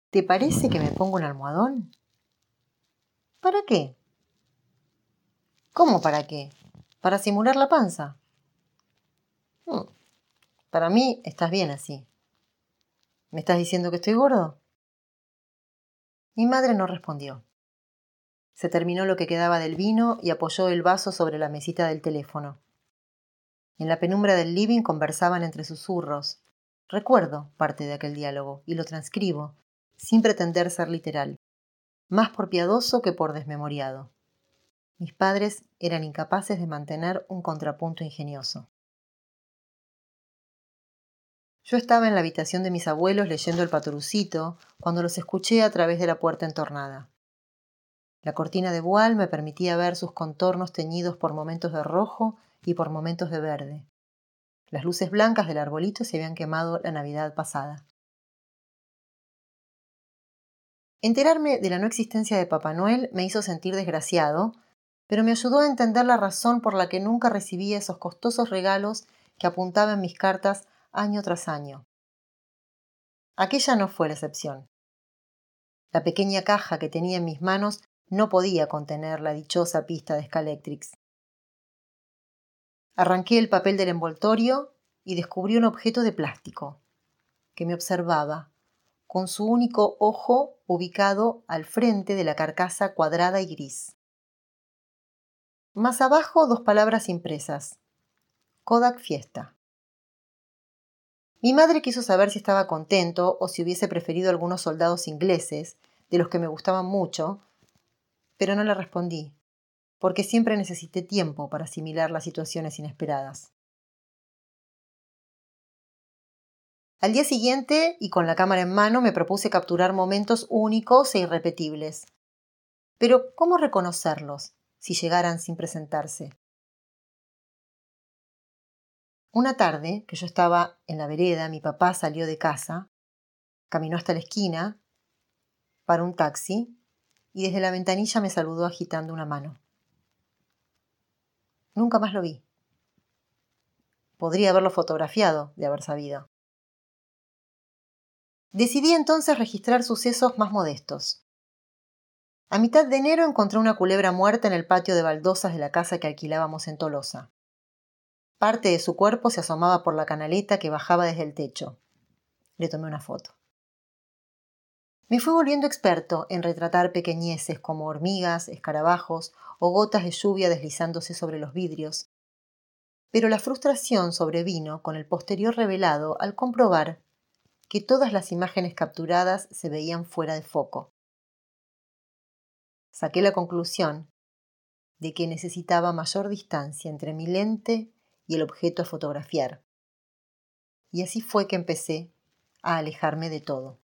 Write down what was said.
¿Te parece que me pongo un almohadón? ¿Para qué? ¿Cómo para qué? ¿Para simular la panza? Mm, Para mí estás bien así. ¿Me estás diciendo que estoy gordo? Mi madre no respondió. Se terminó lo que quedaba del vino y apoyó el vaso sobre la mesita del teléfono. En la penumbra del living conversaban entre susurros. Recuerdo parte de aquel diálogo y lo transcribo, sin pretender ser literal, más por piadoso que por desmemoriado. Mis padres eran incapaces de mantener un contrapunto ingenioso. Yo estaba en la habitación de mis abuelos leyendo El Patrorucito cuando los escuché a través de la puerta entornada. La cortina de voile me permitía ver sus contornos teñidos por momentos de rojo y por momentos de verde. Las luces blancas del arbolito se habían quemado la Navidad pasada. Enterarme de la no existencia de Papá Noel me hizo sentir desgraciado, pero me ayudó a entender la razón por la que nunca recibía esos costosos regalos que apuntaba en mis cartas año tras año. Aquella no fue la excepción. La pequeña caja que tenía en mis manos no podía contener la dichosa pista de Scalextric. Arranqué el papel del envoltorio y descubrí un objeto de plástico que me observaba, con su único ojo ubicado al frente de la carcasa cuadrada y gris. Más abajo, 2 palabras impresas: Kodak Fiesta. Mi madre quiso saber si estaba contento o si hubiese preferido algunos soldados ingleses, de los que me gustaban mucho, pero no le respondí, porque siempre necesité tiempo para asimilar las situaciones inesperadas. Al día siguiente, y con la cámara en mano, me propuse capturar momentos únicos e irrepetibles. Pero, ¿cómo reconocerlos si llegaran sin presentarse? Una tarde, que yo estaba en la vereda, mi papá salió de casa, caminó hasta la esquina, paró un taxi y desde la ventanilla me saludó agitando una mano. Nunca más lo vi. Podría haberlo fotografiado de haber sabido. Decidí entonces registrar sucesos más modestos. A mitad de enero encontré una culebra muerta en el patio de baldosas de la casa que alquilábamos en Tolosa. Parte de su cuerpo se asomaba por la canaleta que bajaba desde el techo. Le tomé una foto. Me fui volviendo experto en retratar pequeñeces como hormigas, escarabajos o gotas de lluvia deslizándose sobre los vidrios. Pero la frustración sobrevino con el posterior revelado al comprobar que todas las imágenes capturadas se veían fuera de foco. Saqué la conclusión de que necesitaba mayor distancia entre mi lente y el objeto a fotografiar. Y así fue que empecé a alejarme de todo.